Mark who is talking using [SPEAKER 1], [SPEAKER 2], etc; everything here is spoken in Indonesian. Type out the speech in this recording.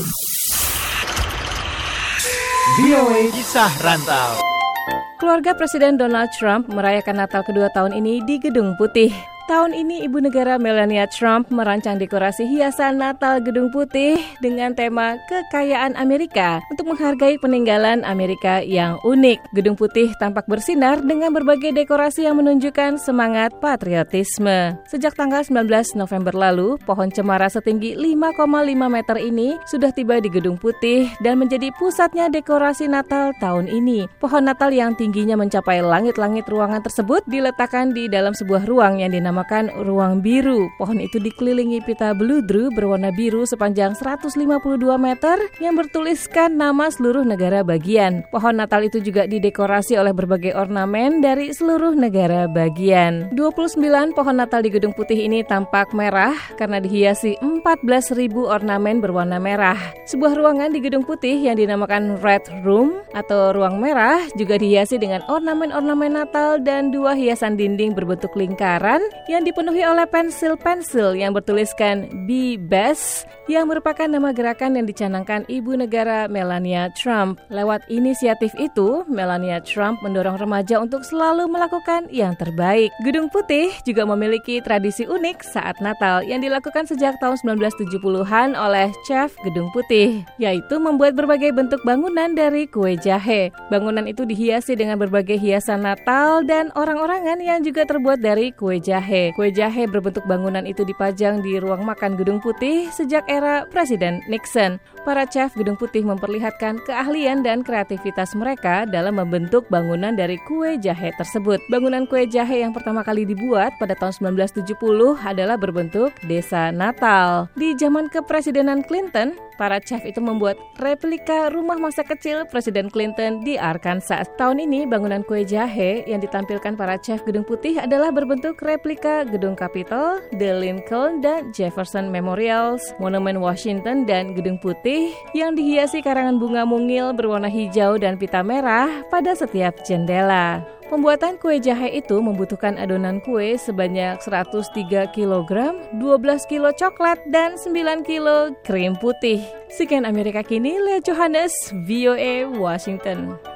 [SPEAKER 1] VOA Kisah Rantau.
[SPEAKER 2] Keluarga Presiden Donald Trump merayakan Natal kedua tahun ini di Gedung Putih. Tahun ini Ibu Negara Melania Trump merancang dekorasi hiasan Natal Gedung Putih dengan tema Kekayaan Amerika untuk menghargai peninggalan Amerika yang unik. Gedung Putih tampak bersinar dengan berbagai dekorasi yang menunjukkan semangat patriotisme. Sejak tanggal 19 November lalu, pohon cemara setinggi 5,5 meter ini sudah tiba di Gedung Putih dan menjadi pusatnya dekorasi Natal tahun ini. Pohon Natal yang tingginya mencapai langit-langit ruangan tersebut diletakkan di dalam sebuah ruang yang dinamakan Ruang Biru. Pohon itu dikelilingi pita beludru berwarna biru sepanjang 152 meter yang bertuliskan nama seluruh negara bagian. Pohon Natal itu juga didekorasi oleh berbagai ornamen dari seluruh negara bagian. 29 pohon Natal di Gedung Putih ini tampak merah karena dihiasi 14.000 ornamen berwarna merah. Sebuah ruangan di Gedung Putih yang dinamakan Red Room atau Ruang Merah juga dihiasi dengan ornamen-ornamen Natal dan dua hiasan dinding berbentuk lingkaran yang dipenuhi oleh pensil-pensil yang bertuliskan Be Best yang merupakan nama gerakan yang dicanangkan Ibu Negara Melania Trump. Lewat inisiatif itu, Melania Trump mendorong remaja untuk selalu melakukan yang terbaik. Gedung Putih juga memiliki tradisi unik saat Natal yang dilakukan sejak tahun 1970-an oleh chef Gedung Putih, yaitu membuat berbagai bentuk bangunan dari kue jahe. Bangunan itu dihiasi dengan berbagai hiasan Natal dan orang-orangan yang juga terbuat dari kue jahe. Kue jahe berbentuk bangunan itu dipajang di ruang makan Gedung Putih sejak era Presiden Nixon. Para chef Gedung Putih memperlihatkan keahlian dan kreativitas mereka dalam membentuk bangunan dari kue jahe tersebut. Bangunan kue jahe yang pertama kali dibuat pada tahun 1970 adalah berbentuk desa Natal. Di zaman kepresidenan Clinton, para chef itu membuat replika rumah masa kecil Presiden Clinton di Arkansas. Tahun ini, bangunan kue jahe yang ditampilkan para chef Gedung Putih adalah berbentuk replika Gedung Capitol, The Lincoln dan Jefferson Memorials, Monumen Washington dan Gedung Putih yang dihiasi karangan bunga mungil berwarna hijau dan pita merah pada setiap jendela. Pembuatan kue jahe itu membutuhkan adonan kue sebanyak 103 kg, 12 kilo coklat, dan 9 kilo krim putih. Sekian Amerika Kini, Lea Johannes, VOA Washington.